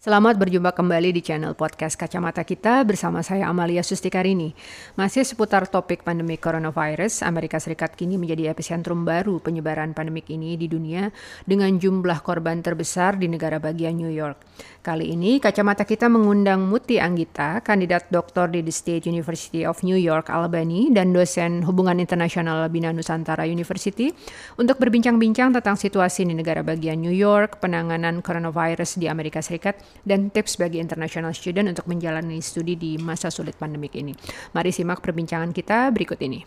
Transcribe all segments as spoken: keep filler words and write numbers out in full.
Selamat berjumpa kembali di channel podcast Kacamata Kita bersama saya Amalia Sustikarini. Masih seputar topik pandemi coronavirus, Amerika Serikat kini menjadi epicentrum baru penyebaran pandemik ini di dunia dengan jumlah korban terbesar di negara bagian New York. Kali ini Kacamata Kita mengundang Muti Anggita, kandidat doktor di The State University of New York, Albany, dan dosen hubungan internasional Bina Nusantara University untuk berbincang-bincang tentang situasi di negara bagian New York, penanganan coronavirus di Amerika Serikat, dan tips bagi international student untuk menjalani studi di masa sulit pandemik ini. Mari simak perbincangan kita berikut ini.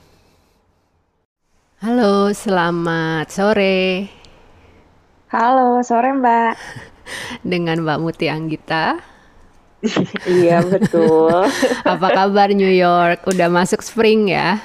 Halo, selamat sore. Halo, sore Mbak. Dengan Mbak Muti Anggita. Iya, betul. Apa kabar New York? Udah masuk spring ya?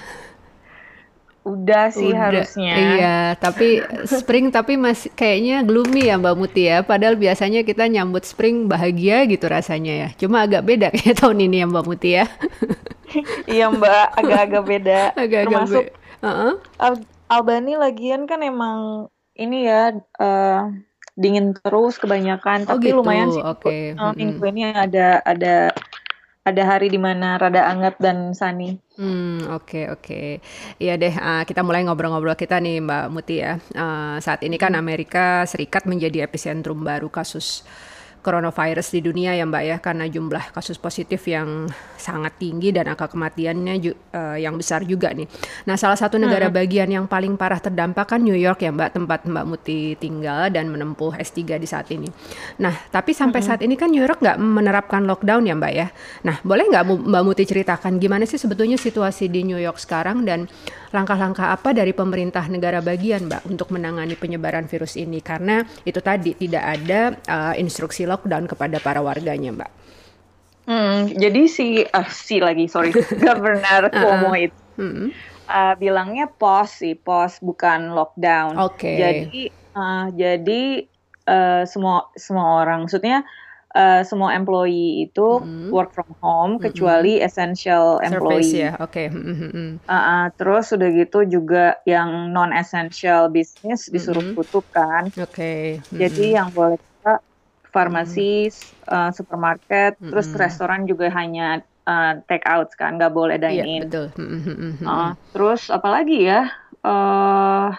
Udah sih Udah, harusnya. iya, tapi spring tapi masih kayaknya gloomy ya Mbak Muti ya. Padahal biasanya kita nyambut spring bahagia gitu rasanya ya. Cuma agak beda kayak tahun ini ya Mbak Muti ya. Iya Mbak, agak-agak beda. Agak-agak Termasuk be- uh-uh. Al- Albany lagian kan emang ini ya eh, dingin terus kebanyakan. Oh Tapi gitu, lumayan sih oke. eh, Mm-mm. minggu ini ada ada ada hari dimana rada anget dan sunny. Hmm, oke oke. Iya deh, ah, kita mulai ngobrol-ngobrol kita nih Mbak Muti ya. Ah, saat ini kan Amerika Serikat menjadi epicentrum baru kasus coronavirus di dunia ya Mbak ya, karena jumlah kasus positif yang sangat tinggi dan angka kematiannya ju- eh, yang besar juga nih. Nah, salah satu negara bagian yang paling parah terdampak kan New York ya Mbak, tempat Mbak Muti tinggal dan menempuh S tiga di saat ini. Nah, tapi sampai saat ini kan New York nggak menerapkan lockdown ya Mbak ya. Nah, boleh nggak Mu- Mbak Muti ceritakan gimana sih sebetulnya situasi di New York sekarang dan langkah-langkah apa dari pemerintah negara bagian Mbak untuk menangani penyebaran virus ini? Karena itu tadi tidak ada uh, instruksi lockdown kepada para warganya Mbak. Hmm, jadi si ah si lagi sorry Governor Cuomo itu Mm-mm. uh, bilangnya pause sih, pause bukan lockdown. Oke. Jadi uh, jadi uh, semua semua orang, maksudnya uh, semua employee itu work from home kecuali essential Surface employee. ya, oke. Mm-mm. Uh, uh, terus udah gitu juga yang non essential business disuruh tutup kan. Oke. Jadi yang boleh buka farmasi, uh, supermarket, terus restoran juga hanya uh, take out kan, nggak boleh dine Iya in. betul. Mm-mm. Uh, terus apalagi ya? eh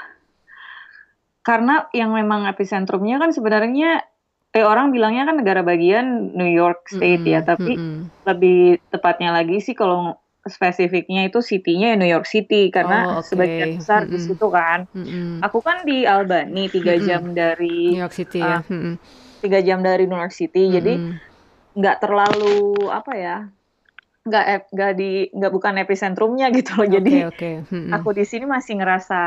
karena yang memang epicentrumnya kan sebenarnya eh orang bilangnya kan negara bagian New York State ya, tapi Mm-mm. lebih tepatnya lagi sih kalau spesifiknya itu city-nya ya New York City Oh karena oke. sebagian besar di Mm-mm. situ kan. Mm-mm. Aku kan di Albany tiga jam New dari York City uh, ya. Mm-mm. tiga jam dari New York City, jadi Mm-mm. nggak terlalu apa ya, nggak ep- nggak di nggak bukan epicentrumnya gitu loh. Oke Jadi oke. Mm-mm. aku di sini masih ngerasa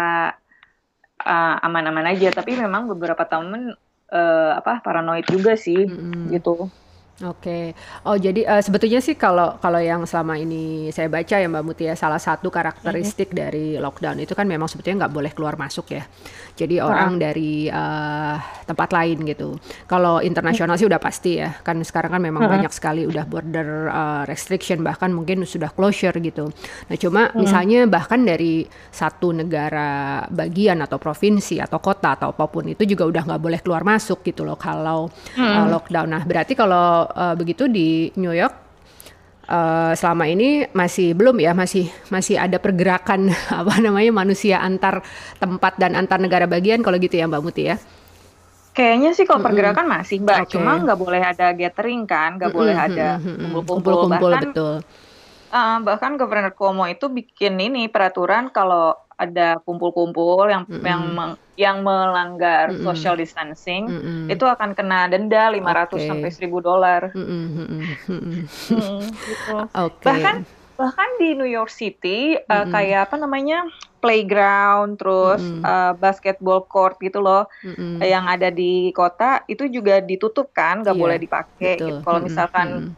uh, aman-aman aja, tapi memang beberapa tahun uh, apa paranoid juga sih gitu. Oke. Oh jadi eh, sebetulnya sih kalau kalau yang selama ini saya baca ya Mbak Muti ya, salah satu karakteristik dari lockdown itu kan memang sebetulnya nggak boleh keluar masuk ya. Jadi orang dari eh, tempat lain gitu. Kalau internasional sih udah pasti ya. Kan sekarang kan memang banyak sekali udah border eh, restriction, bahkan mungkin sudah closure gitu. Nah cuma misalnya bahkan dari satu negara bagian atau provinsi atau kota atau apapun itu juga udah nggak boleh keluar masuk gitu loh kalau eh, lockdown. Nah berarti kalau uh, begitu di New York uh, selama ini masih belum ya, masih masih ada pergerakan apa namanya manusia antar tempat dan antar negara bagian kalau gitu ya Mbak Muti ya. Kayaknya sih kalau pergerakan masih Mbak, Oke. cuma nggak boleh ada gathering kan, nggak boleh ada kumpul-kumpul. Kumpul-kumpul Bahkan betul. uh, bahkan Governor Cuomo itu bikin ini peraturan kalau ada kumpul-kumpul yang yang meng- yang melanggar social distancing itu akan kena denda lima ratus Oke. sampai seribu dolar. Mm-mm, mm-mm, mm-mm. Hmm, gitu. Oke. Bahkan bahkan di New York City uh, kayak apa namanya playground, terus uh, basketball court gitu loh, Mm-mm. eh, yang ada di kota itu juga ditutup kan, nggak Iya, boleh dipakai betul. gitu. Kalau Mm-mm, misalkan mm-mm.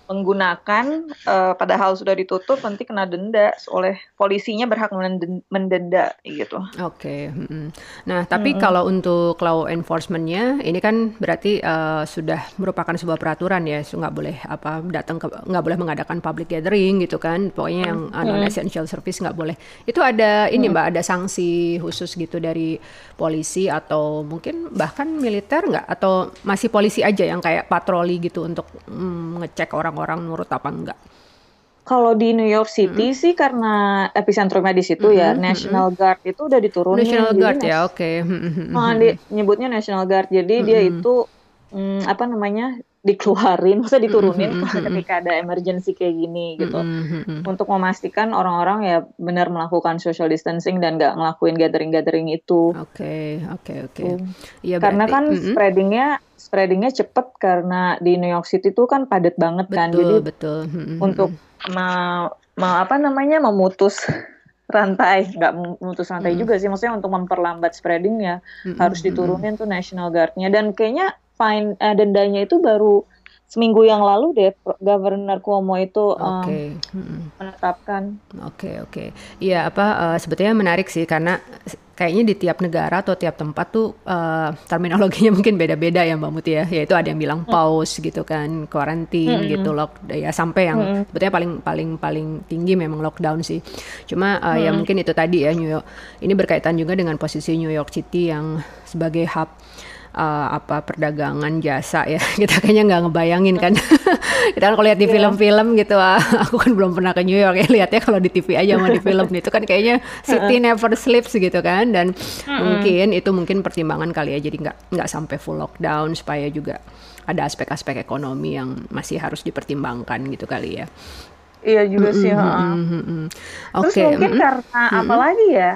menggunakan uh, padahal sudah ditutup nanti kena denda oleh polisinya berhak menden- mendenda gitu. Oke. mm. Nah, tapi kalau untuk law enforcement-nya ini kan berarti uh, sudah merupakan sebuah peraturan ya, so nggak boleh apa datang ke nggak boleh mengadakan public gathering gitu kan. Pokoknya yang uh, non essential service nggak boleh. Itu ada ini Mbak, ada sanksi khusus gitu dari polisi atau mungkin bahkan militer nggak, atau masih polisi aja yang kayak patroli gitu untuk mm, ngecek orang-orang nurut apa enggak? Kalau di New York City sih karena epicentrumnya di situ ya, National Guard itu udah diturunin. National Jadi Guard ya, nas- oke. Ah, dia nyebutnya National Guard. Jadi dia itu mm, apa namanya dikeluarin, maksudnya diturunin ketika ada emergency kayak gini gitu, untuk memastikan orang-orang ya benar melakukan social distancing dan nggak ngelakuin gathering-gathering itu. Oke, oke, oke. Tuh. Iya Karena berarti. kan mm-mm. spreadingnya spreadingnya cepet karena di New York City tuh kan padat banget kan. Betul, Jadi betul. Mm-mm. untuk me- me- apa namanya memutus rantai, nggak memutus rantai juga sih, maksudnya untuk memperlambat spreadingnya harus diturunin tuh National Guard-nya, dan kayaknya fine eh, dendanya itu baru seminggu yang lalu deh Governor Cuomo itu um, Oke. mm-mm. menetapkan. Oke, oke. Iya, apa eh, sebetulnya menarik sih karena s- kayaknya di tiap negara atau tiap tempat tuh eh, terminologinya mungkin beda-beda ya Mbak Muti ya. Yaitu ada yang bilang pause gitu kan, karantin gitu, lock ya sampai yang sebetulnya paling paling paling tinggi memang lockdown sih. Cuma eh, ya mungkin itu tadi ya New York. Ini berkaitan juga dengan posisi New York City yang sebagai hub uh, apa perdagangan jasa ya. Kita kayaknya nggak ngebayangin kan. Kita kan kalau lihat di film-film gitu, ah, aku kan belum pernah ke New York ya, lihatnya kalau di T V aja sama di film itu kan kayaknya city never sleeps gitu kan, dan mungkin itu mungkin pertimbangan kali ya, jadi nggak nggak sampai full lockdown supaya juga ada aspek-aspek ekonomi yang masih harus dipertimbangkan gitu kali ya. Iya juga sih. ha. Mm-mm. Terus Oke. mungkin mm-mm. karena apa lagi ya?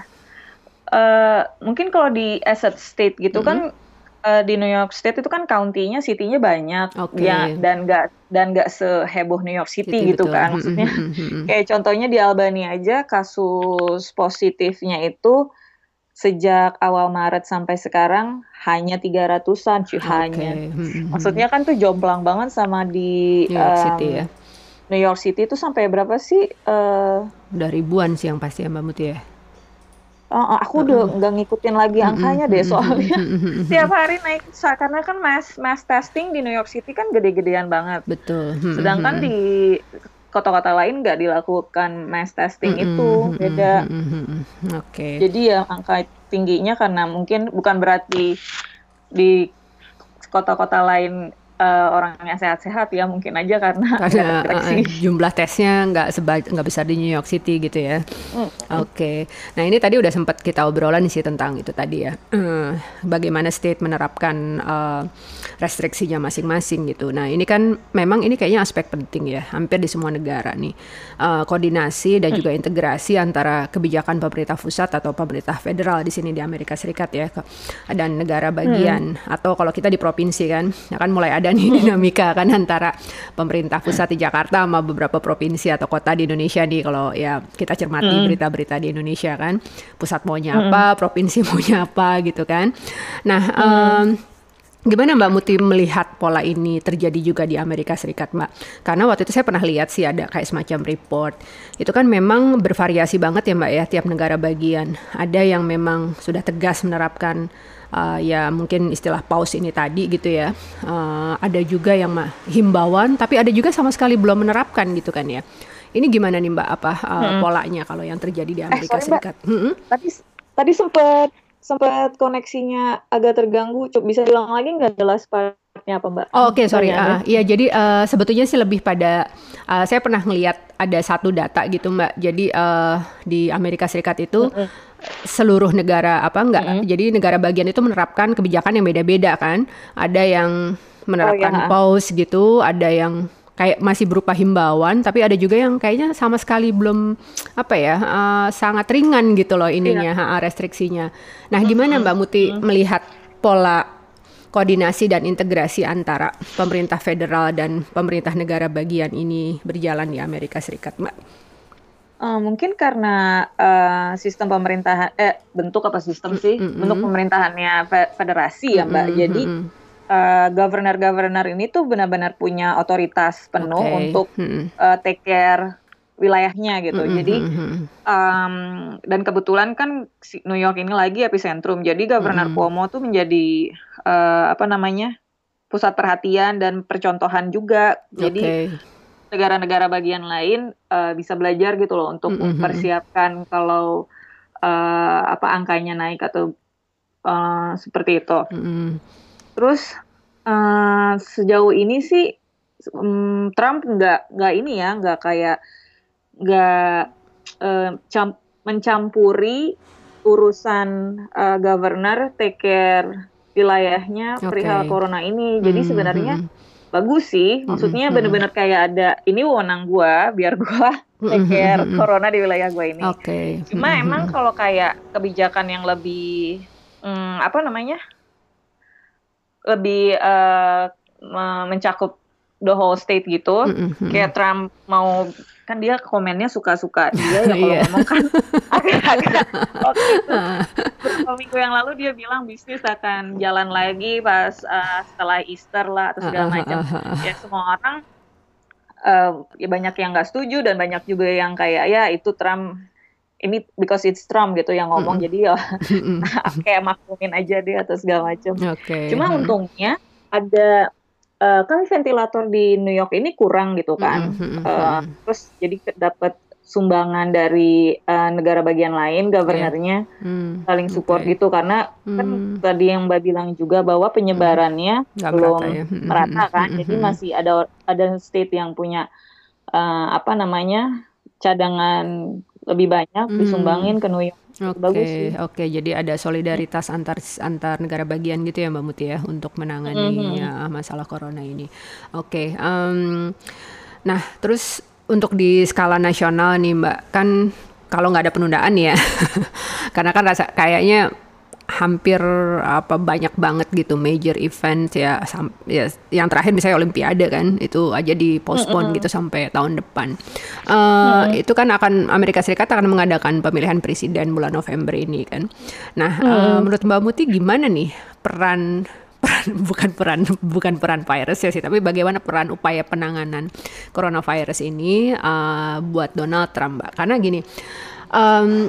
Eh, mungkin kalau di as a state gitu kan, eh, di New York State itu kan county-nya, city-nya banyak, Oke. ya, dan nggak dan nggak seheboh New York City City, gitu betul. kan, maksudnya kayak contohnya di Albany aja kasus positifnya itu sejak awal Maret sampai sekarang hanya tiga ratusan, cuy, hanya. Oke. mm-mm. Maksudnya kan tuh jomplang banget sama di New York em, City ya. New York City itu sampai berapa sih? Eh, Udah ribuan sih yang pasti ya Mbak Muti ya. Oh, aku udah nggak ngikutin lagi angkanya deh, soalnya tiap hari naik, sa- karena kan mass mass testing di New York City kan gede-gedean banget. Betul. Sedangkan di kota-kota lain nggak dilakukan mass testing itu, beda. Oke. Jadi ya angka tingginya karena mungkin bukan berarti di kota-kota lain eh, orangnya sehat-sehat ya, mungkin aja karena nggak Karena terdeteksi. uh, jumlah tesnya nggak seba- nggak besar di New York City gitu ya. Oke. Nah ini tadi udah sempat kita obrolan sih tentang itu tadi ya. Eh, bagaimana state menerapkan uh, restriksinya masing-masing gitu. Nah ini kan memang ini kayaknya aspek penting ya. Hampir di semua negara nih. Uh, koordinasi dan juga integrasi antara kebijakan pemerintah pusat atau pemerintah federal di sini di Amerika Serikat ya. ke- Dan negara bagian. Atau kalau kita di provinsi kan. Akan mulai ada nih dinamika kan antara pemerintah pusat di Jakarta sama beberapa provinsi atau kota di Indonesia nih, kalau ya kita cermati berita-berita di Indonesia kan, pusat maunya apa, provinsi maunya apa gitu kan. Nah, em, gimana Mbak Muti melihat pola ini terjadi juga di Amerika Serikat, Mbak? Karena waktu itu saya pernah lihat sih ada kayak semacam report. Itu kan memang bervariasi banget ya Mbak ya, tiap negara bagian. Ada yang memang sudah tegas menerapkan uh, ya mungkin istilah pause ini tadi gitu ya. Uh, ada juga yang mah himbauan, tapi ada juga sama sekali belum menerapkan gitu kan ya. Ini gimana nih Mbak, apa uh, polanya kalau yang terjadi di Amerika sorry, Mbak. Serikat? Mm-mm. Tadi tadi sempat sempat koneksinya agak terganggu. Coba bisa bilang lagi nggak jelas partnya apa, Mbak? Oh, oke, sorry. Pertanyaannya. Ah, iya, jadi eh, sebetulnya sih lebih pada eh, saya pernah ngelihat ada satu data gitu, Mbak. Jadi eh, di Amerika Serikat itu seluruh negara apa enggak? Jadi negara bagian itu menerapkan kebijakan yang beda-beda kan. Ada yang menerapkan Oh, ya. pause gitu, ada yang kayak masih berupa himbauan, tapi ada juga yang kayaknya sama sekali belum apa ya, eh, sangat ringan gitu loh ininya, ha, restriksinya. Nah, gimana Mbak Muti melihat pola koordinasi dan integrasi antara pemerintah federal dan pemerintah negara bagian ini berjalan di Amerika Serikat, Mbak? Eh, mungkin karena eh, sistem pemerintahan, eh bentuk apa sistem sih? Bentuk pemerintahannya fe- federasi ya, Mbak. Jadi uh, governor-governor ini tuh benar-benar punya otoritas penuh Oke. untuk Mm-mm. uh, take care wilayahnya gitu. Mm-mm, Jadi mm-mm, um, dan kebetulan kan si New York ini lagi epicentrum. Jadi Governor mm-mm. Cuomo tuh menjadi uh, apa namanya pusat perhatian dan percontohan juga. Jadi Oke. negara-negara bagian lain uh, bisa belajar gitu loh untuk Mm-mm, mm-mm. mempersiapkan kalau uh, apa angkanya naik atau uh, seperti itu. Mm-mm. Terus uh, sejauh ini sih um, Trump nggak nggak ini ya nggak kayak nggak uh, cam- mencampuri urusan uh, governor take care wilayahnya Oke. perihal corona ini. Jadi Mm, sebenarnya mm-mm. bagus sih. Mm-mm, Maksudnya mm-mm. bener-bener kayak ada ini wewenang gua biar gua take Mm-mm, care mm-mm. corona di wilayah gua ini. Oke. Cuma Mm-mm, emang mm-mm. kalau kayak kebijakan yang lebih hmm, apa namanya? lebih uh, me- mencakup the whole state gitu. Mm-mm, mm-mm. Kayak Trump mau kan dia komennya suka-suka dia ya kalau Iya. ngomong kan agak-agak waktu itu beberapa minggu yang lalu dia bilang bisnis akan jalan lagi pas uh, setelah Easter lah atau segala macam. Ya semua orang uh, ya banyak yang nggak setuju dan banyak juga yang kayak ya itu Trump ini because it's Trump gitu yang ngomong Mm-mm. jadi ya Mm-mm. kayak maklumin aja deh atau segala macam. Oke. Cuma Mm-mm. untungnya ada uh, kan ventilator di New York ini kurang gitu kan. Mm-mm, mm-mm, Uh, mm-mm. terus jadi ke- dapat sumbangan dari uh, negara bagian lain, governornya Mm, saling support oke. gitu karena kan Mm, tadi yang Mbak bilang juga bahwa penyebarannya nggak belum merata ya. Mm-mm, merata kan. mm-mm, Jadi mm-mm. masih ada ada state yang punya uh, apa namanya cadangan lebih banyak Hmm. disumbangin ke New York. Bagus sih. Oke, oke. Jadi ada solidaritas antar antar negara bagian gitu ya Mbak Muti ya untuk menangani Mhm. ya, masalah corona ini. Oke. em, nah, terus untuk di skala nasional nih Mbak, kan kalau nggak ada penundaan ya, karena kan rasa kayaknya hampir apa banyak banget gitu major event ya, sam- ya yang terakhir misalnya Olimpiade kan itu aja di postpone gitu sampai tahun depan. Eh, Itu kan akan Amerika Serikat akan mengadakan pemilihan presiden bulan November ini kan. Nah, eh, menurut Mbak Muti gimana nih peran peran bukan peran bukan peran virus ya sih, tapi bagaimana peran upaya penanganan coronavirus ini eh, buat Donald Trump, Mbak? Karena gini, em,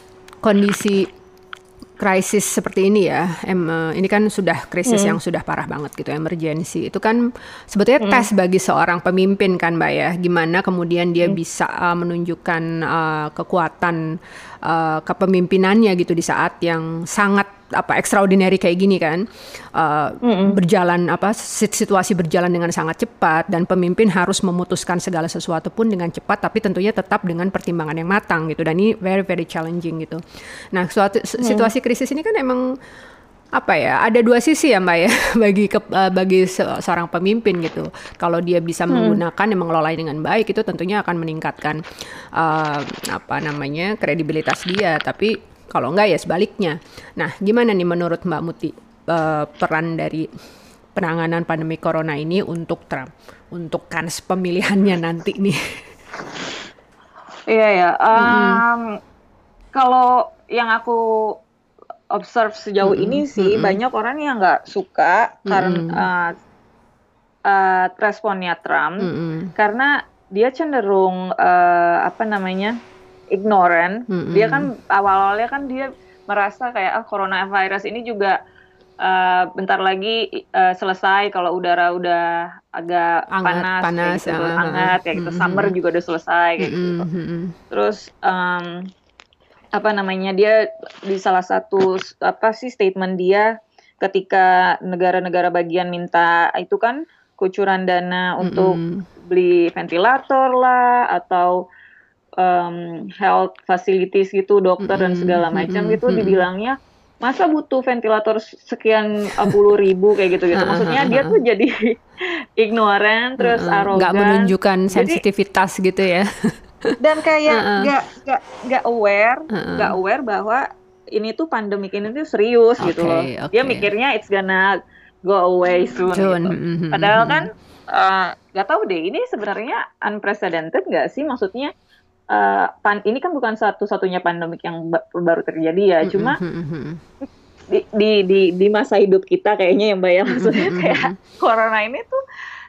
kondisi krisis seperti ini ya, em, eh, ini kan sudah krisis yang sudah parah banget gitu, emergency. Itu kan sebetulnya tes bagi seorang pemimpin kan Mbak ya, gimana kemudian dia bisa uh, menunjukkan uh, kekuatan uh, kepemimpinannya gitu di saat yang sangat apa extraordinary kayak gini kan, uh, berjalan apa sit- situasi berjalan dengan sangat cepat dan pemimpin harus memutuskan segala sesuatu pun dengan cepat, tapi tentunya tetap dengan pertimbangan yang matang gitu, dan ini very very challenging gitu. Nah, suatu situasi krisis ini kan emang apa ya, ada dua sisi ya Mbak ya bagi ke, uh, bagi se- seorang pemimpin gitu. Kalau dia bisa menggunakan dan mengelolanya dengan baik, itu tentunya akan meningkatkan uh, apa namanya kredibilitas dia. Tapi kalau enggak ya sebaliknya. Nah, gimana nih menurut Mbak Muti uh, peran dari penanganan pandemi corona ini untuk Trump, untuk kans pemilihannya nanti nih? Iya ya. Um, Kalau yang aku observe sejauh ini sih banyak orang yang nggak suka karena uh, uh, responnya Trump Mm-mm. karena dia cenderung uh, apa namanya ignorant. Mm-mm. Dia kan awal-awalnya kan dia merasa kayak ah coronavirus ini juga uh, bentar lagi uh, selesai kalau udara udah agak Hangat, panas, panas, kayak gitu, ah, ah, hangat kayak gitu. mm-mm. Summer juga udah selesai kayak gitu. Mm-mm. Terus um, apa namanya dia di salah satu apa sih statement dia ketika negara-negara bagian minta itu kan kucuran dana untuk Mm-mm. beli ventilator lah atau um, health facilities gitu, dokter dan segala macam Mm-mm. gitu, dibilangnya masa butuh ventilator sekian puluh ribu kayak gitu gitu. Maksudnya dia tuh jadi ignorant terus Mm-mm. arogan, nggak menunjukkan jadi sensitivitas gitu ya. dan kayak Uh-uh. nggak nggak nggak aware Uh-uh. nggak aware bahwa ini tuh pandemik ini tuh serius gitu loh. Oke, Dia oke. mikirnya it's gonna go away soon, Soon, gitu. mhm, Padahal mhm. kan uh, nggak tahu deh ini sebenarnya unprecedented nggak sih? Maksudnya uh, pan ini kan bukan satu-satunya pandemik yang ba- baru terjadi ya. Cuma Mhm, mhm. di di di di masa hidup kita kayaknya ya Mbak ya, maksudnya Mhm kayak mhm. corona ini tuh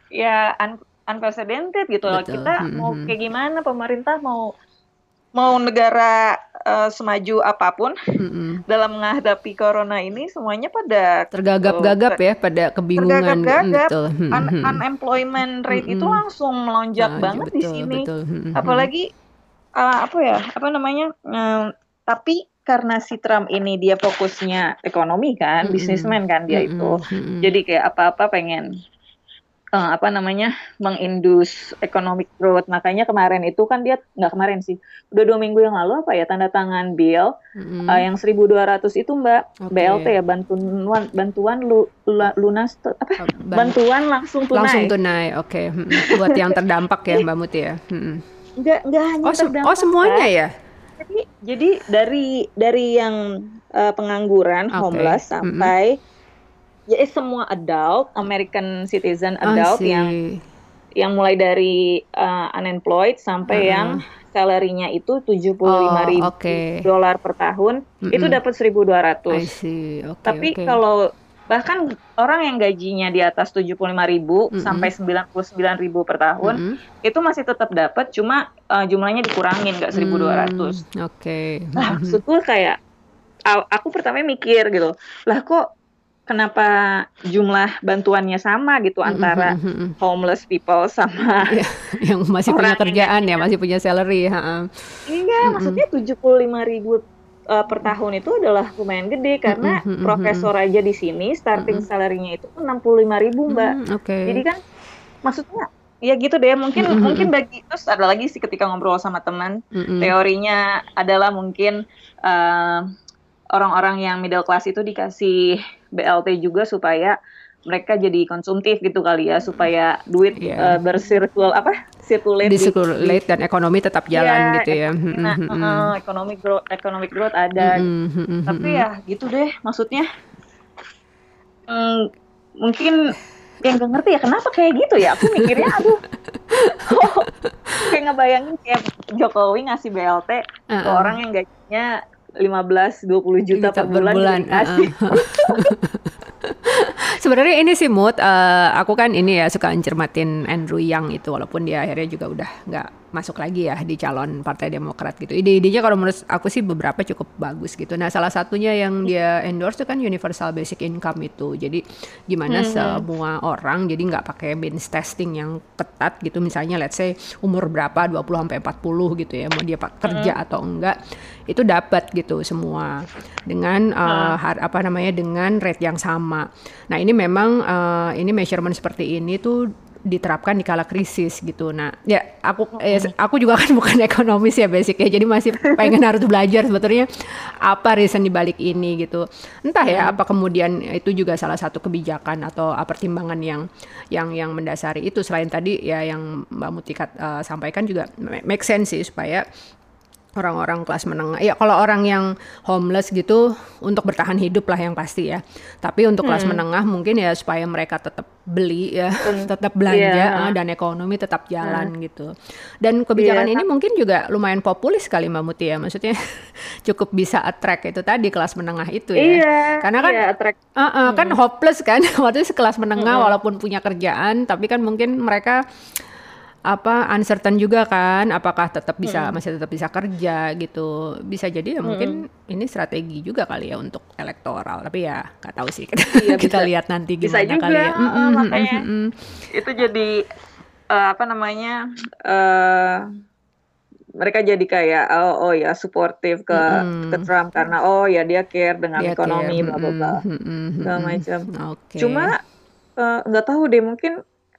ya un unprecedented gitu loh. Betul, Kita mhm mau mhm. kayak gimana, pemerintah mau mau negara, eee, semaju apapun Mhm. dalam menghadapi corona ini semuanya pada, eee, Tergagap-gagap ke ya, pada kebingungan, mhm, tergagap-gagap. betul, mhm Un mhm. unemployment rate itu Mhm. langsung melonjak Nah, ja banget di betul sini. betul, mhm mhm. Apalagi, eee, apa ya, apa namanya, eee, tapi karena si Trump ini dia fokusnya ekonomi kan, Mhm, businessman kan dia itu. mhm mhm. Jadi kayak apa-apa pengen, eee, apa namanya, meng-induce economic growth. Makanya kemarin itu kan dia nggak kemarin sih, udah dua minggu yang lalu apa ya, tanda tangan bill, eee, Mhm. yang seribu dua ratus itu Mbak, B L T Oke. ya, bantuan bantuan lu lula lunas tu apa, Eee, ban bantuan langsung langsung tunai. tunai, oke, mhm. Buat yang terdampak ya Jadi Mbak Muti ya? Mhm. nggak nggak hanya Oh yang sem oh terdampak semuanya Kak. ya? Jadi jadi dari dari yang, eee, pengangguran, Oke, homeless, mhm. sampai ya eh, semua adult, American citizen I adult yang see. yang mulai dari, eee, unemployed sampai yang Heeh. salary-nya itu tujuh puluh lima Oh, ribu oke. dolar per tahun, itu Mhm. dapat seribu dua I ratus. see, oke Tapi oke. kalau bahkan orang yang gajinya di atas tujuh puluh lima ribu sampai Mhm. sembilan puluh sembilan ribu per tahun, Mhm. itu masih tetap dapat, cuma, eee, jumlahnya dikurangin, nggak seribu dua Mmm, ratus. oke, mhm Lah mhm. maksudku kayak, aw aku pertamanya mikir gitu, lah kok kenapa jumlah bantuannya sama gitu Mhm antara mhm mhm. homeless people sama Iya, yang masih punya orang yang kerjaan ya, gajinya masih punya salary, heeh. Enggak, Mhm. maksudnya tujuh puluh lima ribu, eee, per tahun itu adalah lumayan gede, Mhm karena mhm mhm. profesor aja di sini starting Mhm. salary-nya itu enam puluh lima ribu Mbak. Mmm, Jadi oke. kan maksudnya ya gitu deh, mungkin Mhm mungkin mhm. bagi terus ada lagi sih ketika ngobrol sama teman, Mhm. teorinya adalah mungkin, eee, orang-orang yang middle class itu dikasih B L T juga supaya mereka jadi konsumtif gitu kali ya, supaya duit, eee, Iya. bersirkul apa, circulate di di Di-circulate dan ekonomi tetap jalan iya, gitu ya, ekonomi mhm na mhm. heeh, economic grow economic growth ada gitu. Mhm mhm Tapi mhm. ya gitu deh, maksudnya Mmm, mungkin ya nggak ngerti ya, kenapa kayak gitu ya? Aku mikirnya aduh, kok kayak ngebayangin kayak Jokowi ngasih B L T ke Heeh. orang yang gajinya lima belas, dua puluh juta Juta per per bulan juga bulan, heeh. dikasih. Sebenarnya ini sih Mut, eee, aku kan ini ya suka cermatin Andrew Yang itu, walaupun dia akhirnya juga udah nggak masuk lagi ya di calon Partai Demokrat gitu. Ide-idenya kalau menurut aku sih beberapa cukup bagus gitu. Nah salah satunya yang dia endorse itu kan universal basic income itu. Jadi gimana Mhm. semua orang jadi nggak pakai means testing yang ketat gitu. Misalnya let's say umur berapa, dua puluh sampai empat puluh gitu ya, mau dia pak kerja Mhm. atau enggak, itu dapat gitu semua dengan, eee, Heeh. har apa namanya, dengan rate yang sama. Nah ini memang, eee, ini measurement seperti ini tuh diterapkan di kala krisis gitu. Nah ya aku eh, Mhm. aku juga kan bukan ekonomis ya basic-nya, jadi masih pengen harus belajar sebetulnya apa reason di balik ini gitu. Entah ya Mhm. apa kemudian itu juga salah satu kebijakan atau uh, pertimbangan yang yang yang mendasari itu, selain tadi ya yang Mbak Muti kat, eee, sampaikan juga make sense sih supaya orang-orang kelas menengah ya kalau orang yang homeless gitu untuk bertahan hidup lah yang pasti ya. Tapi untuk kelas Mhm. menengah mungkin ya supaya mereka tetap beli ya, Ben tetap iya, belanja, heeh, heeh. dan ekonomi tetap Heeh. jalan gitu. Dan Iya kebijakan ini kan mungkin juga lumayan populis kali Mbak Muti ya, maksudnya cukup bisa attract itu tadi kelas menengah itu ya. Iya Karena kan iya, attract heeh, kan mhm. hopeless kan, waktu itu sekelas menengah Mhm. walaupun punya kerjaan, tapi kan mungkin mereka apa, uncertain juga kan, apakah tetap bisa Mhm. masih tetap bisa kerja gitu. Bisa jadi ya Mhm. mungkin ini strategi juga kali ya untuk elektoral, tapi ya nggak tahu sih. Iya Kita bisa lihat nanti bisa gimana juga, kali ya. heeh, Mhm mhm makanya mhm. itu jadi, eee, apa namanya, eee, mereka jadi kayak, oh oh ya suportif ke ke Mhm. Trump karena, oh ya dia care dengan Dia care, ekonomi bla bla bla, mhm mhm segala mhm. macam. Oke. Cuma, eee, nggak tahu deh mungkin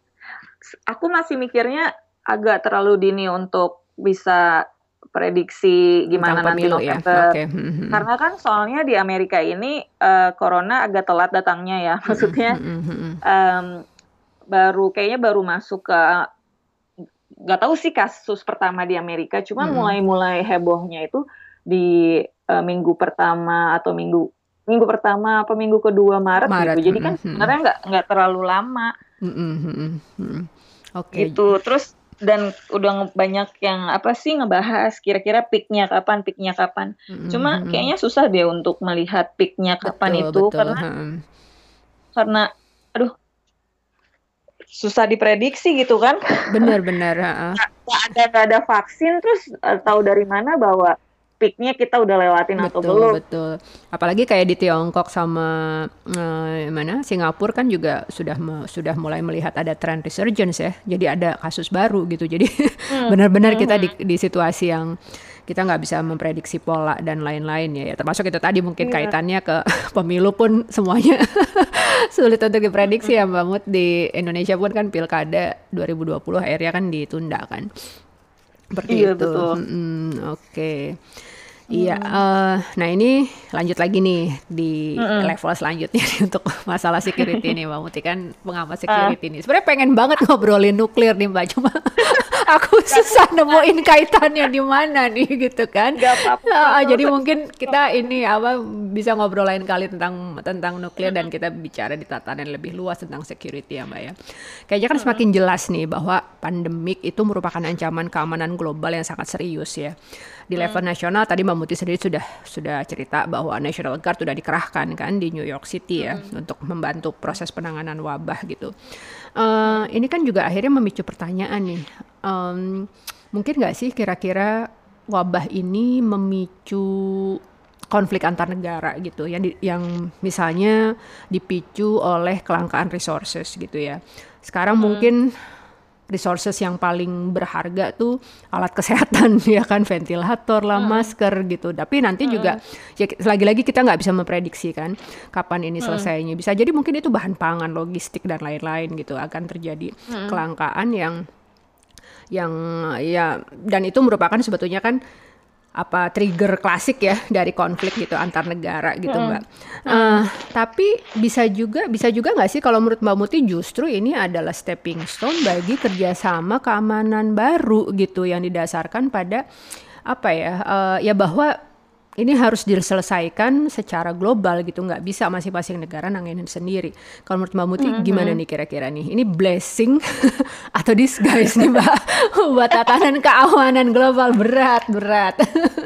aku masih mikirnya agak terlalu dini untuk bisa prediksi Tentang gimana nanti pemilu ya? November. Oke, mhm mhm. Karena kan soalnya di Amerika ini, eee, corona agak telat datangnya ya, Mhm maksudnya, mhm mhm. mmm, baru kayaknya baru masuk ke nggak tahu sih kasus pertama di Amerika, cuma Mhm. mulai-mulai hebohnya itu di, eee, minggu pertama atau minggu minggu pertama apa minggu kedua Maret gitu. Maret, Jadi kan mhm mhm. sebenarnya nggak nggak terlalu lama. Mhm mhm mhm. Oke. Gitu, terus dan udah nge banyak yang apa sih, ngebahas kira-kira peak-nya kapan peak-nya kapan. Mhm Cuma mhm. kayaknya susah deh untuk melihat peak-nya kapan Betul itu betul, karena heeh. karena aduh susah diprediksi gitu kan. Bener bener, heeh. Nggak nggak ada nggak ada vaksin terus, eee, tahu dari mana bahwa peak-nya kita udah lewatin atau Betul belum. betul. Apalagi kayak di Tiongkok sama, eee, mana, Singapura kan juga sudah me sudah mulai melihat ada tren resurgence ya, jadi ada kasus baru gitu. Jadi Mmm, benar-benar kita di mhm. di situasi yang kita nggak bisa memprediksi pola dan lain-lain ya, ya termasuk itu tadi mungkin Iya. kaitannya ke pemilu pun semuanya sulit untuk diprediksi ya Mhm. Mbak Mut, di Indonesia pun kan pilkada dua ribu dua puluh akhirnya kan ditunda kan. Seperti Iya itu, betul. mhm, oke. Iya, Mhm. eee, nah ini lanjut lagi nih di Mhm. level selanjutnya nih untuk masalah security nih Mbak Muti kan pengamat Ah. security nih. Sebenarnya pengen banget ngobrolin nuklir nih Mbak, cuma aku Nggak susah apa-apa. nemuin kaitannya di mana nih gitu kan. Nggak apa-apa Heeh, kalau jadi mungkin kalau kita ini apa, bisa ngobrol lain kali tentang tentang nuklir dan Mhm. kita bicara di tatanan lebih luas tentang security ya Mbak ya. Kayaknya kan Mhm. semakin jelas nih bahwa pandemik itu merupakan ancaman keamanan global yang sangat serius ya. Di level Mmm. nasional tadi Mbak Muti sendiri sudah sudah cerita bahwa National Guard sudah dikerahkan kan di New York City ya Mhm. untuk membantu Mhm. proses penanganan wabah gitu. Eee, Mhm. ini kan juga akhirnya memicu pertanyaan nih, mmm, mungkin nggak sih kira-kira wabah ini memicu konflik antar negara gitu yang di yang misalnya dipicu oleh kelangkaan resources gitu ya. Sekarang Mhm. mungkin resources yang paling berharga tuh alat kesehatan ya kan, ventilator lah, Mhm. masker gitu. Tapi nanti juga Mhm. ya lagi-lagi kita nggak bisa memprediksi kan kapan ini Mhm. selesainya. Bisa jadi mungkin itu bahan pangan, logistik dan lain-lain gitu akan terjadi Mhm. kelangkaan yang yang ya dan itu merupakan sebetulnya kan apa, trigger klasik ya dari konflik gitu antar negara gitu Mbak. Mhm. Eee, Mhm. tapi bisa juga bisa juga nggak sih kalau menurut Mbak Muti justru ini adalah stepping stone bagi kerjasama keamanan baru gitu yang didasarkan pada apa ya, eee, ya bahwa ini harus diselesaikan secara global gitu, nggak bisa masing-masing negara nanganin sendiri. Kalau menurut Mbak Muti gimana Mhm. nih kira-kira nih? Ini blessing atau disguise nih Mbak buat tatanan keamanan global? Berat berat.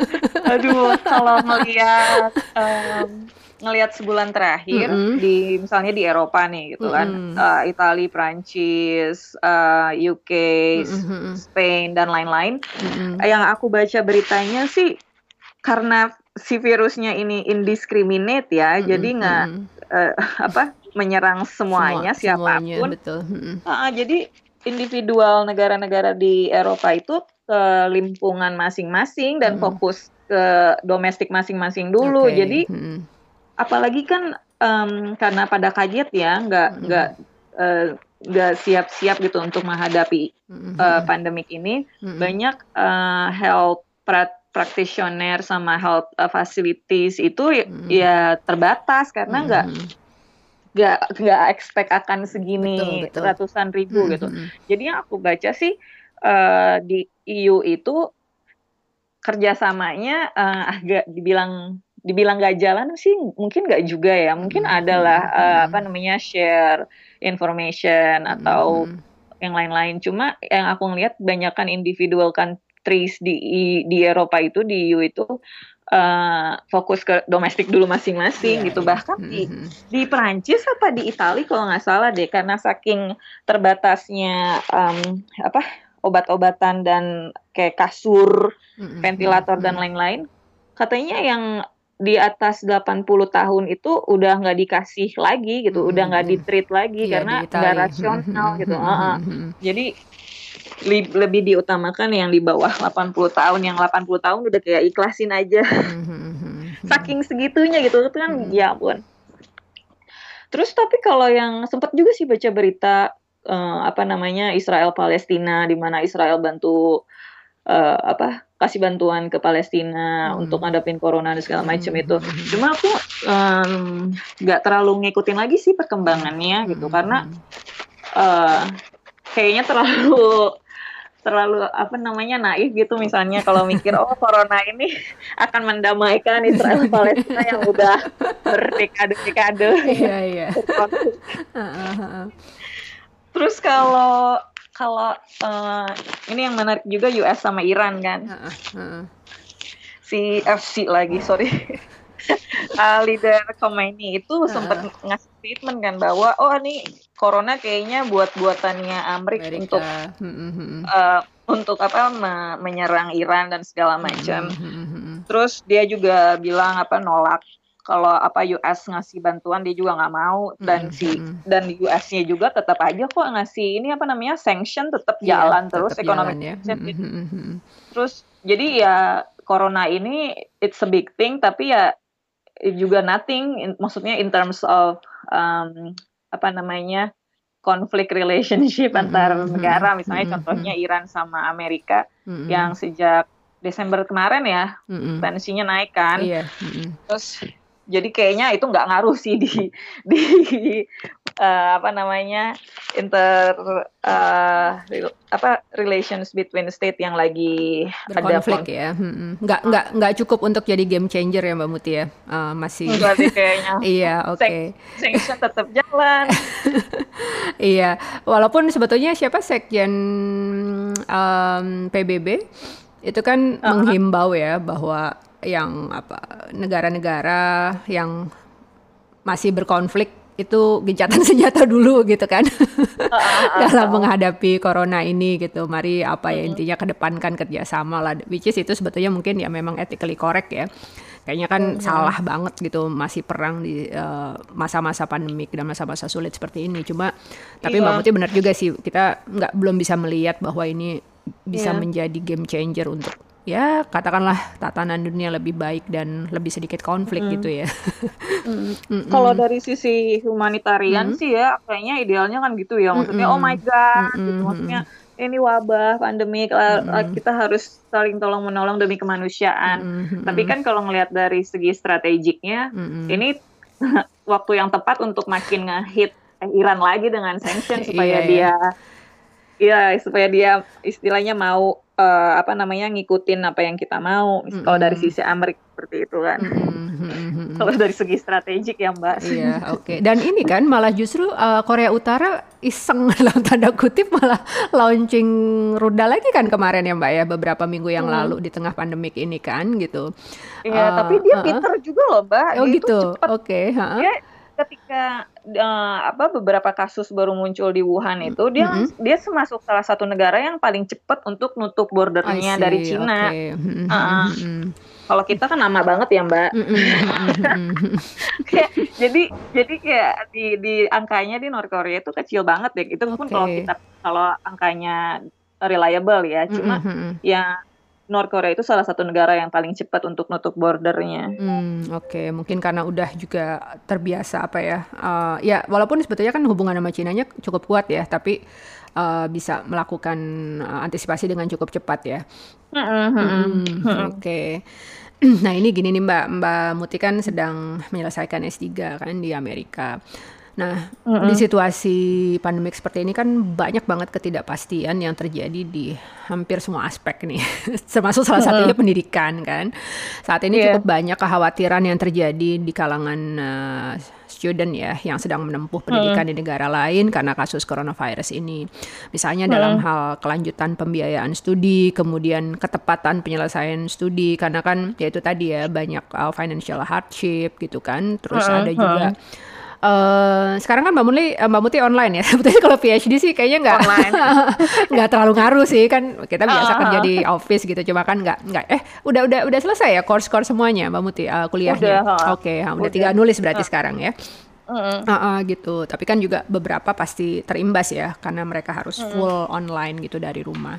Aduh, kalau ngelihat, mmm, ngelihat sebulan terakhir Mhm. di misalnya di Eropa nih gitu kan, Mhm. eee, Italy, Prancis, eee, U K, Mhm S mhm. Spain dan lain-lain, Mhm. yang aku baca beritanya sih karena si virusnya ini indiscriminate ya, jadi Mhm nggak, mhm. eee, apa, menyerang Semua semuanya, semuanya, siapapun betul, mhm. heeh, jadi individual negara-negara di Eropa itu ke lingkungan masing-masing dan Mhm. fokus ke domestik masing-masing dulu. Oke, Jadi mhm. apalagi kan, mmm, karena pada kaget ya, nggak nggak, Mhm. eee, nggak siap-siap gitu untuk menghadapi, Mhm eee, mhm. pandemik ini, Mhm. banyak, eee, health prat practitioner sama health, eee, facilities itu ya Mhm. ya terbatas karena Mhm nggak mhm. nggak nggak expect akan Betul segini betul. ratusan ribu Mhm gitu. mhm. Jadi yang aku baca sih, eee, di E U itu kerjasamanya, eee, agak dibilang dibilang nggak jalan sih mungkin nggak juga ya, mungkin Mhm ada lah, mhm eee, apa mhm. namanya, share information Mhm atau mhm. yang lain-lain. Cuma yang aku ngelihat banyakan individual countries di i di Eropa itu, di E U itu, eee, fokus ke domestik dulu masing-masing Iya gitu. iya, Bahkan mhm di mhm. di Perancis apa di Italy kalau nggak salah deh, karena saking terbatasnya, mmm, apa, obat-obatan dan kayak kasur, Mhm mhm ventilator dan mhm. lain-lain, katanya yang di atas delapan puluh tahun itu udah nggak dikasih lagi gitu, udah Mhm nggak mhm. di-treat lagi Iya di karena nggak Italy, mhm rasional mhm gitu mhm heeh. mhm mhm. Jadi lib lebih diutamakan yang di bawah delapan puluh tahun, yang delapan puluh tahun udah kayak ikhlasin aja. Mhm mhm mhm mhm. Saking segitunya gitu, itu kan Mhm. ya ampun. Terus tapi kalau yang sempet juga sih baca berita, eee, apa namanya, Israel Palestina, di mana Israel bantu, eee, apa, kasih bantuan ke Palestina untuk Mhm. ngadepin corona dan segala macam Mhm itu. mhm mhm. Cuma aku, mmm, nggak terlalu ngikutin lagi sih Mhm. perkembangannya gitu, Mhm karena, mhm. eee, kayaknya terlalu terlalu apa namanya, naif gitu misalnya kalau mikir, "Oh corona ini akan mendamaikan Israel Palestina yang udah berdekade-dekade Iya iya. berkonflik." Heeh heeh. Terus kalau kalau uh, ini yang menarik juga U S sama Iran kan. Uh, uh. Si F C lagi, sorry. uh, leader Khomeini itu uh. sempat ngasih statement kan bahwa oh ini corona kayaknya buat buatannya Amerika, Amerika. untuk hmm. uh, untuk apa me- menyerang Iran dan segala macam. Hmm. Terus dia juga bilang apa nolak kalau apa U S ngasih bantuan dia juga nggak mau dan mm-hmm. si dan U S-nya juga tetap aja kok ngasih ini apa namanya sanction tetap yeah, jalan terus tetap ekonomi jalan, ya. mm-hmm. Terus jadi ya corona ini it's a big thing tapi ya juga nothing in, maksudnya in terms of um, apa namanya konflik relationship mm-hmm. antar negara misalnya mm-hmm. contohnya Iran sama Amerika mm-hmm. yang sejak Desember kemarin ya mm-hmm. tensinya naik kan yeah. mm-hmm. terus jadi kayaknya itu nggak ngaruh sih di di uh, apa namanya inter uh, apa relations between state yang lagi berkonflik ya, hmm. nggak nggak nggak cukup untuk jadi game changer ya Mbak Muti ya, uh, masih. Berarti kayaknya. Iya, oke. Okay. Sanction tetap jalan. Iya, walaupun sebetulnya siapa sekjen um, P B B itu kan uh-huh. menghimbau ya bahwa yang apa negara-negara yang masih berkonflik itu gencatan senjata dulu gitu kan dalam menghadapi corona ini gitu. Mari apa ya intinya kedepankan kerjasama lah, which is itu sebetulnya mungkin ya memang ethically correct ya. Kayaknya kan mm-hmm. salah banget gitu masih perang di uh, masa-masa pandemik dan masa-masa sulit seperti ini. Cuma tapi yeah. Mbak Muti benar juga sih, kita nggak belum bisa melihat bahwa ini bisa yeah. menjadi game changer untuk ya katakanlah tatanan dunia lebih baik dan lebih sedikit konflik mm. gitu ya. mm. Kalau dari sisi humanitarian mm. sih ya kayaknya idealnya kan gitu ya. Maksudnya mm. oh my god mm. gitu. Maksudnya ini wabah, pandemik, mm. kita harus saling tolong menolong demi kemanusiaan. Mm. Tapi kan kalau ngelihat dari segi strategiknya mm. ini waktu yang tepat untuk makin nge-hit Iran lagi dengan sanction supaya yeah, dia ya supaya dia istilahnya mau Uh, apa namanya ngikutin apa yang kita mau. Mm-hmm. Kalau dari sisi Amerika seperti itu kan. Mm-hmm. Kalau dari segi strategik ya Mbak. Iya oke. Okay. Dan ini kan malah justru uh, Korea Utara iseng dalam tanda kutip malah launching rudal lagi kan kemarin ya Mbak ya beberapa minggu yang hmm. lalu di tengah pandemik ini kan gitu. Iya uh, tapi dia uh-uh. pinter juga loh Mbak. Oh dia gitu. Oke. Okay. Uh-uh. Dia ketika uh, apa beberapa kasus baru muncul di Wuhan itu dia mm-hmm. dia termasuk salah satu negara yang paling cepat untuk nutup bordernya dari Cina. Okay. Mm-hmm. Uh, mm-hmm. Kalau kita kan lama banget ya Mbak. Mm-hmm. kayak, jadi jadi kayak di di angkanya di North Korea itu kecil banget ya. Itu pun okay. kalau kita kalau angkanya reliable ya. Cuma mm-hmm. ya North Korea itu salah satu negara yang paling cepat untuk nutup bordernya. Hmm, Oke, okay. Mungkin karena udah juga terbiasa apa ya, uh, ya walaupun sebetulnya kan hubungan sama Cinanya cukup kuat ya, tapi uh, bisa melakukan uh, antisipasi dengan cukup cepat ya. Hmm, Oke. Okay. Nah ini gini nih Mbak, Mbak Muti kan sedang menyelesaikan S tiga kan di Amerika. Nah, mm-hmm. di situasi pandemik seperti ini kan banyak banget ketidakpastian yang terjadi di hampir semua aspek nih, termasuk salah satunya mm-hmm. pendidikan kan. Saat ini yeah. cukup banyak kekhawatiran yang terjadi di kalangan uh, student ya, yang sedang menempuh pendidikan mm-hmm. di negara lain karena kasus coronavirus ini. Misalnya mm-hmm. dalam hal kelanjutan pembiayaan studi, kemudian ketepatan penyelesaian studi, karena kan ya itu tadi ya banyak uh, financial hardship gitu kan. Terus mm-hmm. ada juga Uh, sekarang kan Mbak Muti, Mbak Muti online ya. Sebetulnya kalau P H D sih kayaknya nggak nggak terlalu ngaruh sih kan. Kita biasa uh-huh. kerja di office gitu. Cuma kan nggak nggak. Eh udah udah udah selesai ya course-course semuanya Mbak Muti uh, kuliahnya. Oke, okay, udah, udah tinggal nulis berarti uh. sekarang ya. Uh-uh. Uh-uh, gitu. Tapi kan juga beberapa pasti terimbas ya karena mereka harus full uh-uh. online gitu dari rumah.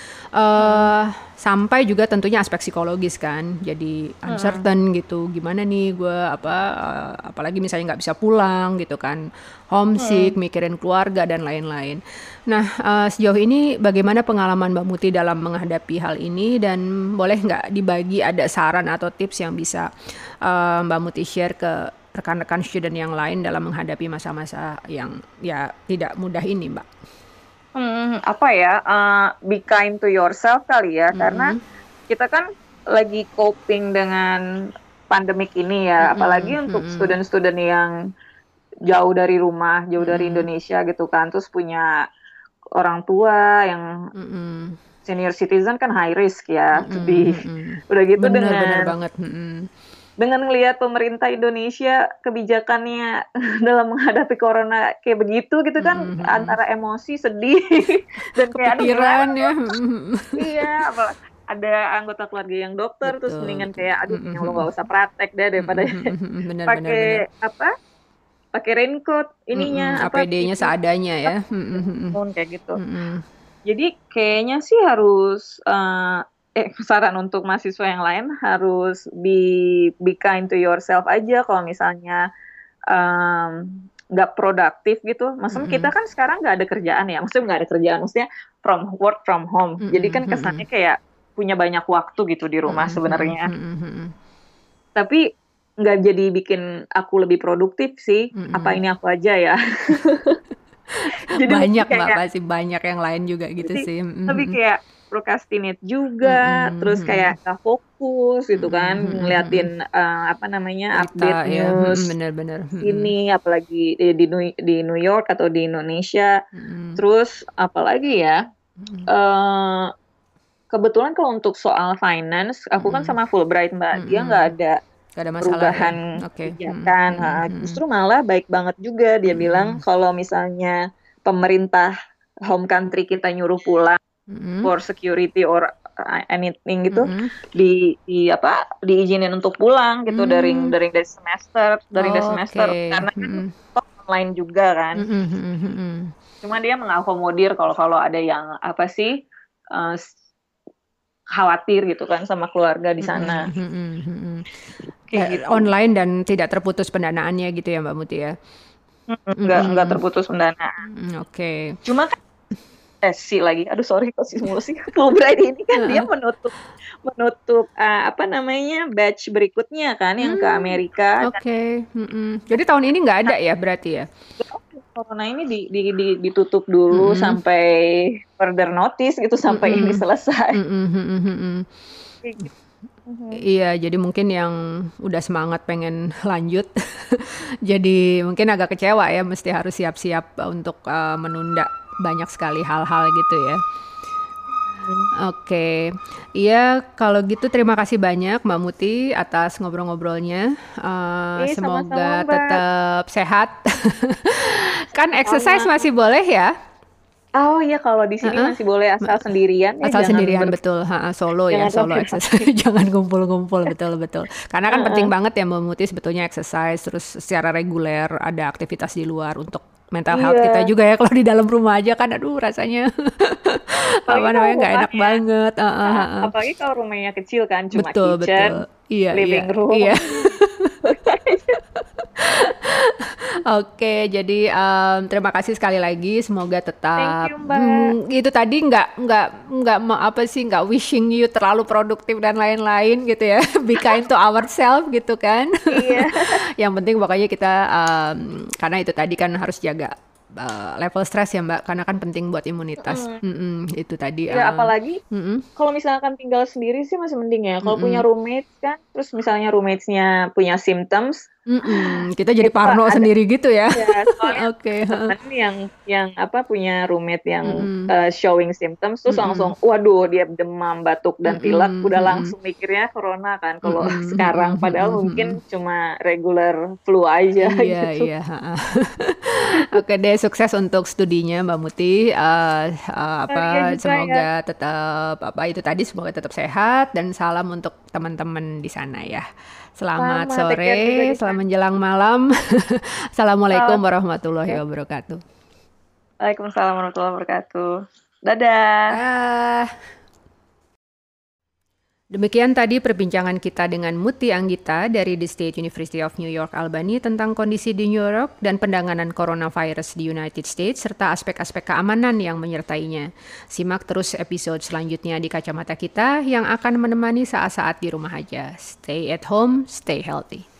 Uh, sampai juga tentunya aspek psikologis kan, jadi uncertain hmm. gitu, gimana nih gue apa, uh, apalagi misalnya nggak bisa pulang gitu kan, homesick, hmm. mikirin keluarga dan lain-lain. Nah uh, sejauh ini bagaimana pengalaman Mbak Muti dalam menghadapi hal ini dan boleh nggak dibagi ada saran atau tips yang bisa uh, Mbak Muti share ke rekan-rekan student yang lain dalam menghadapi masa-masa yang ya tidak mudah ini Mbak? Hmm, apa ya, uh, be kind to yourself kali ya, mm-hmm. karena kita kan lagi coping dengan pandemik ini ya, mm-hmm. apalagi untuk mm-hmm. student-student yang jauh dari rumah, jauh mm-hmm. dari Indonesia gitu kan, terus punya orang tua yang Mm-mm. senior citizen kan high risk ya, to Mm-mm, be mm-mm. udah gitu Bener, bener dengan banget. Mm-mm. dengan ngelihat pemerintah Indonesia kebijakannya dalam menghadapi corona kayak begitu gitu kan, Mm-mm, mm-mm. antara emosi, sedih dan kayak aduh gimana Kepikiran ya. dong. Mm-mm. Iya, apa ada anggota keluarga yang dokter terus Betul, mendingan betul. kayak aduh Mm-mm, mending lo mm-mm. nggak usah praktek deh daripada Mm-mm, mm-mm. Bener, bener, bener. pakai apa pakai raincoat Mm-mm. ininya apa A P D-nya P P E seadanya ya. Mm-mm, mm-mm. kayak gitu. Mm-mm. Jadi kayaknya sih harus eh, eh saran untuk mahasiswa yang lain harus be be kind to yourself aja kalau misalnya em, nggak produktif gitu. Maksudnya kita Mm-mm. kan sekarang nggak ada kerjaan ya. Maksudnya nggak ada kerjaan. Maksudnya from work from home. Jadi Mm-mm, kan mm-mm. kesannya kayak punya banyak waktu gitu di rumah Mm-mm, mm-mm, sebenarnya. mm-mm. Tapi nggak jadi bikin aku lebih produktif sih. Apa Mm-mm. ini aku aja ya? Jadi mungkin Banyak Mbak, kayak pasti banyak yang lain juga gitu jadi sih. lebih Mm-mm. kayak procrastinate juga, Mm-mm, terus kayak mm-mm. nggak fokus gitu kan, Mm-mm, mm-mm, mm-mm. ngeliatin eh, apa namanya update Berita ya, mm-mm, news bener-bener. Mm-mm. ini, apalagi di, di New di New York atau di Indonesia. Mm-mm. Terus apalagi ya, Mm-mm. eh kebetulan kalau untuk soal finance, aku kan Mm-mm. sama Fulbright Mbak, dia nggak Mm-mm. ada Gak ada masalah ya. perubahan Oke. Mm-mm, kebijakan. mm-mm, Ha, mm-mm. justru malah baik banget juga dia bilang Mm-mm. kalau misalnya pemerintah home country kita nyuruh pulang Mm-mm. for security or uh, anything gitu Mm-mm. di, di apa diizinin untuk pulang gitu dari Mm. dari dari semester dari dari semester Oke. karena kan Mm-mm. toh online juga kan. Mm-mm, mm-mm, mm-mm. Cuma dia mengakomodir kalau kalau ada yang apa sih uh, khawatir gitu kan sama keluarga di sana. Mm-mm, mm-mm, mm-mm. Kayak Eh, gitu. online dan tidak terputus pendanaannya gitu ya Mbak Muti ya. Mm-mm, nggak nggak Mm-mm. terputus pendanaan. Mm, Oke. Cuma kan sih lagi, aduh sorry kok sih mulu sih Fulbright ini kan dia Heeh. menutup menutup uh, apa namanya batch berikutnya kan yang ke Hmm, Amerika dan oke. Mm-mm. Jadi tahun ini nggak ada ya berarti ya? corona ini di, di, di- ditutup dulu Mm-mm. sampai further notice gitu sampai ini Mm-mm. selesai. Mm-mm, mm-mm, mm-mm. Kayak gitu. Mhm. Iya, jadi mungkin yang udah semangat pengen lanjut, jadi mungkin agak kecewa ya, mesti harus siap-siap untuk uh, menunda banyak sekali hal-hal gitu ya. Oke, iya kalau gitu terima kasih banyak Mbak Muti atas ngobrol-ngobrolnya. Uh, Ih, sama-sama semoga Mbak. tetap sehat. Kan exercise Sama. masih boleh ya? Oh iya kalau di sini Heeh. masih boleh asal sendirian ya, Asal jangan sendirian ber betul, ha, solo ya, jangan solo exercise, rame-rame. jangan kumpul-kumpul, betul betul. Karena kan penting Heeh. banget ya Mbak Muti sebetulnya exercise terus secara reguler ada aktivitas di luar untuk mental health kita Iya. juga ya. Kalau di dalam rumah aja kan, aduh rasanya apa Apalagi kalau namanya nggak enak rumahnya, banget. Heeh, ah, heeh. apalagi kalau rumahnya kecil kan, cuma Betul betul, kitchen, iya iya living room. iya. Oke, jadi em, terima kasih sekali lagi. Semoga Thank tetap you Mbak. hmm, itu tadi nggak nggak nggak ma- apa sih nggak wishing you terlalu produktif dan lain-lain gitu ya. Be kind to ourselves gitu kan. Iya. Yang penting pokoknya kita em, karena itu tadi kan harus jaga eh, level stres ya Mbak, karena kan penting buat imunitas. Mm-mm. Mm-mm, itu tadi. Ya em, apalagi mm-mm, kalau misalkan tinggal sendiri sih masih mending ya. Kalau punya mm-mm, roommates kan, terus misalnya roommates-nya punya symptoms, mm-mm. Kita jadi itu parno ada sendiri gitu ya. ya. Soalnya Oke. temen yang yang apa punya roommate yang Mm-mm, uh, showing symptoms terus mm-mm, langsung, waduh dia demam, batuk dan pilek, mm-mm, udah mm-mm. langsung mikirnya corona kan. Kalau Mm-mm, sekarang, mm-mm, padahal mm-mm, mungkin mm-mm. cuma regular flu aja Iya, gitu. iya. ha-ha. Oke deh, sukses untuk studinya Mbak Muti. Eh, eh, Oh apa, iya juga ya. semoga tetap apa itu tadi, semoga tetap sehat dan salam untuk teman-teman di sana ya. Selamat Sama, take care juga sore, di selamat sana. menjelang malam. Assalamualaikum Oh, warahmatullahi ya. wabarakatuh. Waalaikumsalam warahmatullahi wabarakatuh. Dadah. Ah. Demikian tadi perbincangan kita dengan Muti Anggita dari The State University of New York Albany tentang kondisi di New York dan penanganan coronavirus di United States serta aspek-aspek keamanan yang menyertainya. Simak terus episode selanjutnya di Kacamata Kita yang akan menemani saat-saat di rumah aja. Stay at home, stay healthy.